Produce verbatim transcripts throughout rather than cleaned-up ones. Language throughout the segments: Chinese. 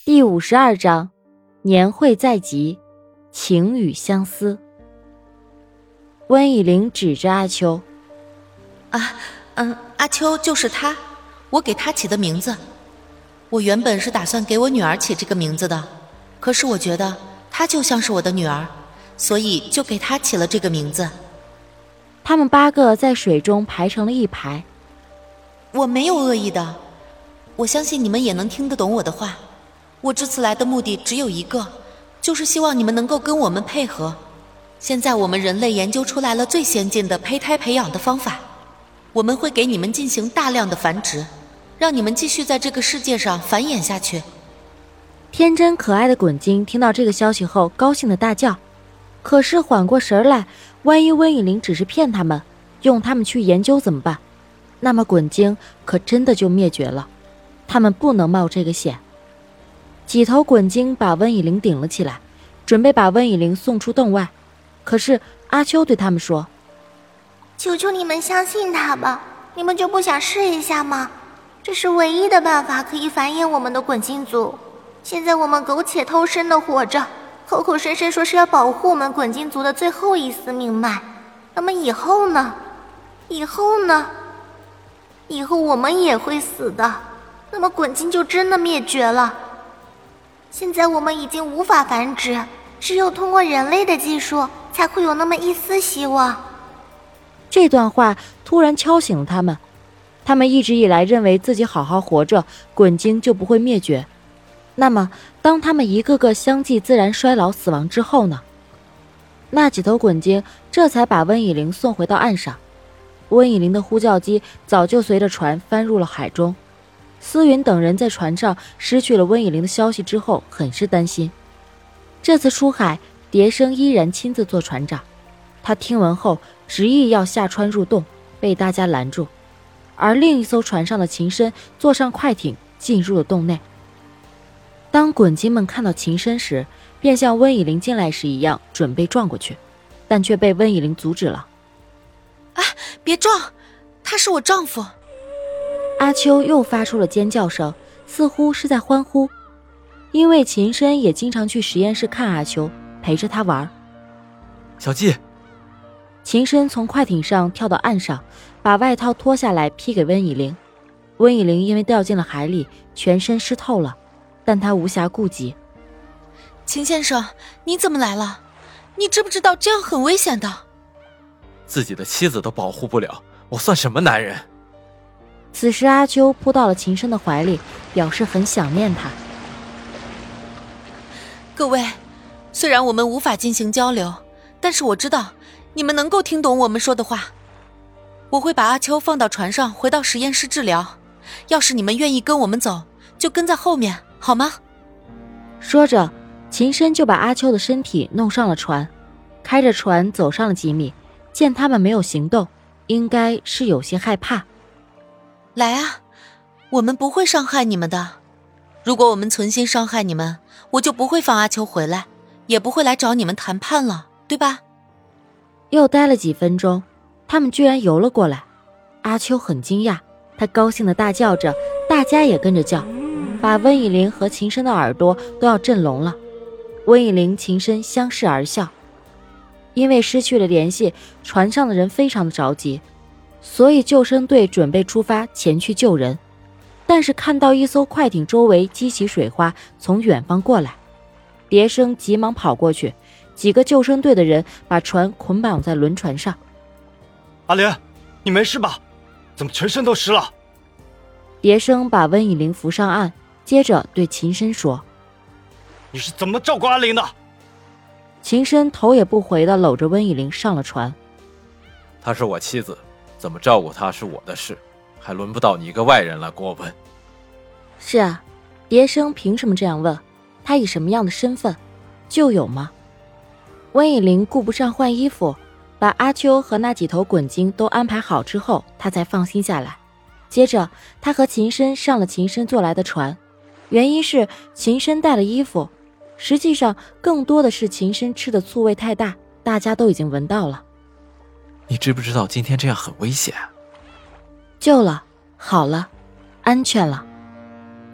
第五十二章，年会在即，情与相思。温以玲指着阿秋， 啊，嗯，阿秋就是她，我给她起的名字。我原本是打算给我女儿起这个名字的，可是我觉得她就像是我的女儿，所以就给她起了这个名字。 他们八个在水中排成了一排。 我没有恶意的，我相信你们也能听得懂我的话。我这次来的目的只有一个，就是希望你们能够跟我们配合。现在我们人类研究出来了最先进的胚胎培养的方法，我们会给你们进行大量的繁殖，让你们继续在这个世界上繁衍下去。 天真可爱的滚金听到这个消息后高兴的大叫，可是缓过神来，万一温以玲只是骗他们，用他们去研究怎么办？那么滚金可真的就灭绝了，他们不能冒这个险。几头滚金把温以玲顶了起来，准备把温以玲送出洞外。可是阿秋对他们说， 求求你们相信他吧，你们就不想试一下吗？这是唯一的办法可以繁衍我们的滚金族。现在我们苟且偷生的活着，口口声声说是要保护我们滚金族的最后一丝命脉，那么以后呢？以后呢？以后我们也会死的，那么滚金就真的灭绝了。现在我们已经无法繁殖，只有通过人类的技术才会有那么一丝希望。 这段话突然敲醒了他们，他们一直以来认为自己好好活着，滚金就不会灭绝。那么当他们一个个相继自然衰老死亡之后呢？那几头滚金这才把温以玲送回到岸上。温以玲的呼叫机早就随着船翻入了海中。思云等人在船上失去了温以玲的消息之后很是担心。这次出海，蝶生依然亲自做船长，他听闻后执意要下川入洞，被大家拦住。而另一艘船上的秦深坐上快艇进入了洞内。当滚金们看到秦深时，便像温以玲进来时一样准备撞过去，但却被温以玲阻止了。 啊，别撞，他是我丈夫。 阿秋又发出了尖叫声，似乎是在欢呼，因为秦深也经常去实验室看阿秋，陪着他玩。 小季， 秦深从快艇上跳到岸上，把外套脱下来披给温以玲。温以玲因为掉进了海里，全身湿透了，但他无暇顾及。 秦先生，你怎么来了？你知不知道这样很危险的？ 自己的妻子都保护不了，我算什么男人？ 此时阿秋扑到了秦深的怀里，表示很想念他。 各位，虽然我们无法进行交流，但是我知道你们能够听懂我们说的话。我会把阿秋放到船上，回到实验室治疗。要是你们愿意跟我们走，就跟在后面，好吗？ 说着，秦深就把阿秋的身体弄上了船，开着船走上了几米，见他们没有行动，应该是有些害怕。 来啊，我们不会伤害你们的。如果我们存心伤害你们，我就不会放阿秋回来，也不会来找你们谈判了，对吧？ 又待了几分钟，他们居然游了过来。阿秋很惊讶，他高兴地大叫着，大家也跟着叫，把温以玲和秦深的耳朵都要震聋了。温以玲、秦深相视而笑。因为失去了联系，船上的人非常的着急，所以救生队准备出发前去救人。但是看到一艘快艇周围激起水花，从远方过来，蝶生急忙跑过去，几个救生队的人把船捆绑在轮船上。 阿莲，你没事吧？怎么全身都湿了？ 蝶生把温以玲扶上岸，接着对秦深说， 你是怎么照顾阿玲的？ 秦深头也不回地搂着温以玲上了船。 她是我妻子，怎么照顾她是我的事，还轮不到你一个外人来过问。 是啊，蝶生凭什么这样问？他以什么样的身份？救友吗？温以玲顾不上换衣服，把阿秋和那几头滚金都安排好之后，他才放心下来。接着他和秦深上了秦深坐来的船，原因是秦深带了衣服，实际上更多的是秦深吃的醋味太大，大家都已经闻到了。 你知不知道今天这样很危险？ 救了，好了，安全了。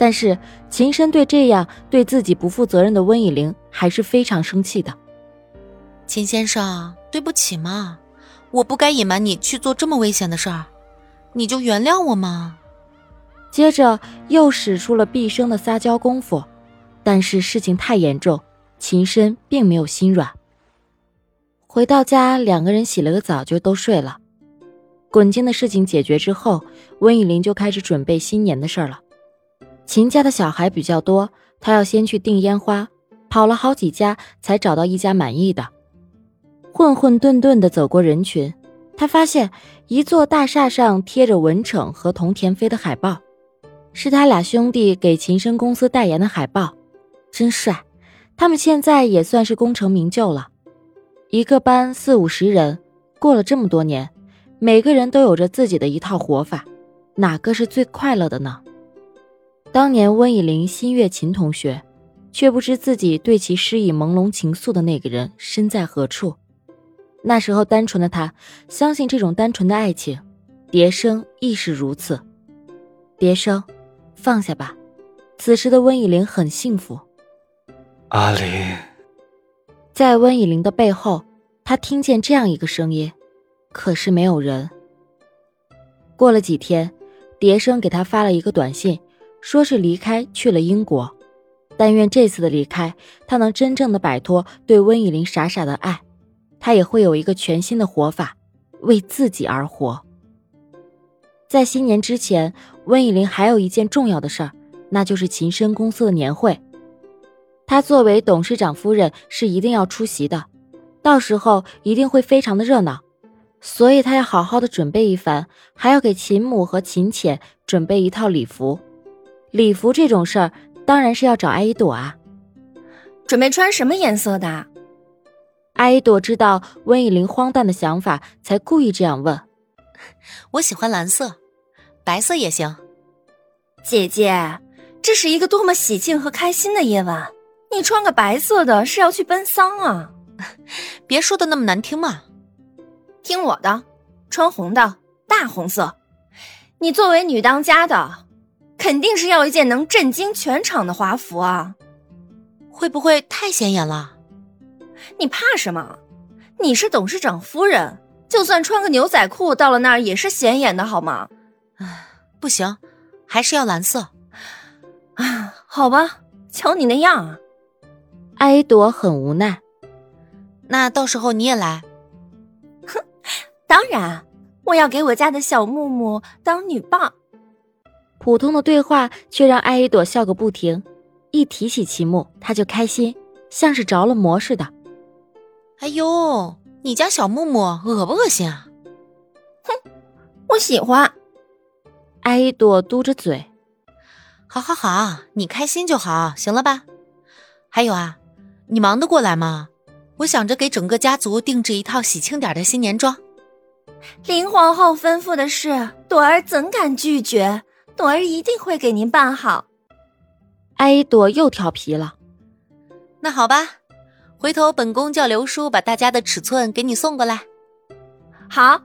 但是秦深对这样对自己不负责任的温以玲还是非常生气的。 秦先生，对不起嘛，我不该隐瞒你去做这么危险的事儿，你就原谅我嘛。 接着又使出了毕生的撒娇功夫，但是事情太严重，秦深并没有心软。回到家，两个人洗了个澡就都睡了。滚金的事情解决之后，温以玲就开始准备新年的事儿了。秦家的小孩比较多，他要先去订烟花，跑了好几家才找到一家满意的。混混沌沌地走过人群，他发现一座大厦上贴着文骋和童田飞的海报，是他俩兄弟给秦深公司代言的海报，真帅。他们现在也算是功成名就了。一个班四五十人，过了这么多年，每个人都有着自己的一套活法，哪个是最快乐的呢？当年温以玲心悦秦同学，却不知自己对其施以朦胧情愫的那个人身在何处。那时候单纯的他相信这种单纯的爱情，蝶生亦是如此。蝶生，放下吧。此时的温以玲很幸福。 阿玲。 在温以玲的背后，他听见这样一个声音，可是没有人。过了几天，蝶生给他发了一个短信，说是离开去了英国，但愿这次的离开，他能真正的摆脱对温以玲傻傻的爱，他也会有一个全新的活法，为自己而活。在新年之前，温以玲还有一件重要的事儿，那就是秦深公司的年会。她作为董事长夫人是一定要出席的，到时候一定会非常的热闹，所以她要好好的准备一番，还要给秦母和秦浅准备一套礼服。礼服这种事儿当然是要找艾依朵啊。 准备穿什么颜色的？ 艾依朵知道温以玲荒诞的想法，才故意这样问。 我喜欢蓝色，白色也行。 姐姐，这是一个多么喜庆和开心的夜晚，你穿个白色的是要去奔丧啊？ 别说的那么难听嘛。 听我的，穿红的，大红色。你作为女当家的，肯定是要一件能震惊全场的华服啊。 会不会太显眼了？ 你怕什么？你是董事长夫人，就算穿个牛仔裤到了那儿也是显眼的好吗？ 唉，不行，还是要蓝色。 啊，好吧，瞧你那样啊。 艾依朵很无奈。 那到时候你也来。 哼，当然，我要给我家的小木木当女伴。 普通的对话却让艾依朵笑个不停，一提起齐木她就开心，像是着了魔似的。 哎呦，你家小木木恶不恶心啊？ 哼，我喜欢。 艾依朵嘟着嘴。 好好好，你开心就好，行了吧？还有啊，你忙得过来吗？我想着给整个家族定制一套喜庆点的新年装。 林皇后吩咐的事，朵儿怎敢拒绝？朵儿一定会给您办好。 艾依朵又调皮了。 那好吧，回头本宫叫刘叔把大家的尺寸给你送过来。 好。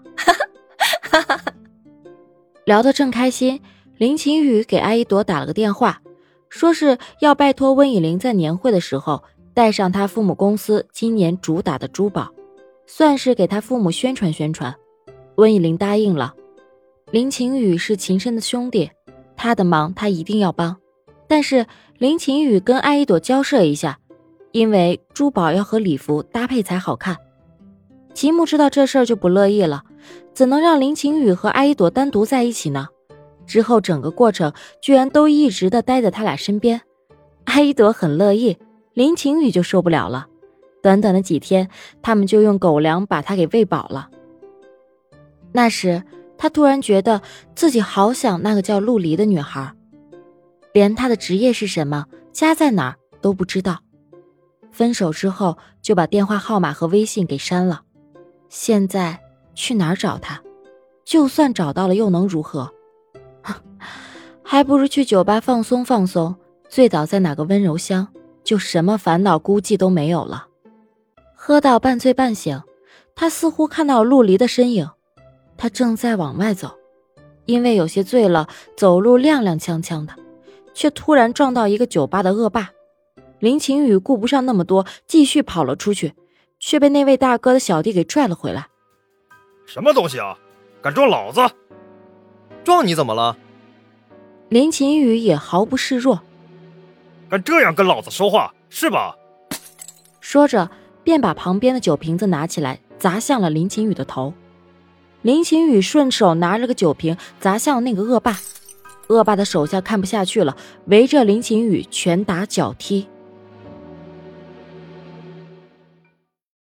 聊得正开心，林晴雨给艾依朵打了个电话，说是要拜托温以玲在年会的时候带上他父母公司今年主打的珠宝，算是给他父母宣传宣传。温以玲答应了。林晴雨是秦深的兄弟，他的忙他一定要帮，但是林晴雨跟艾依朵交涉一下，因为珠宝要和礼服搭配才好看。齐木知道这事儿就不乐意了，怎能让林晴雨和艾依朵单独在一起呢？之后整个过程居然都一直的待在他俩身边。艾依朵很乐意，林晴雨就受不了了。短短的几天，他们就用狗粮把他给喂饱了。那时他突然觉得自己好想那个叫陆离的女孩，连她的职业是什么，家在哪儿都不知道。分手之后就把电话号码和微信给删了。现在去哪儿找她？就算找到了又能如何？还不如去酒吧放松放松，醉倒在哪个温柔乡，就什么烦恼孤寂都没有了。喝到半醉半醒，他似乎看到陆离的身影，他正在往外走，因为有些醉了，走路踉踉跄跄的， 却突然撞到一个酒吧的恶霸。林晴雨顾不上那么多，继续跑了出去，却被那位大哥的小弟给拽了回来。 什么东西啊，敢撞老子？ 撞你怎么了？ 林晴雨也毫不示弱。 敢这样跟老子说话是吧？ 说着便把旁边的酒瓶子拿起来砸向了林晴雨的头。林晴雨顺手拿着个酒瓶砸向那个恶霸，恶霸的手下看不下去了，围着林晴雨拳打脚踢。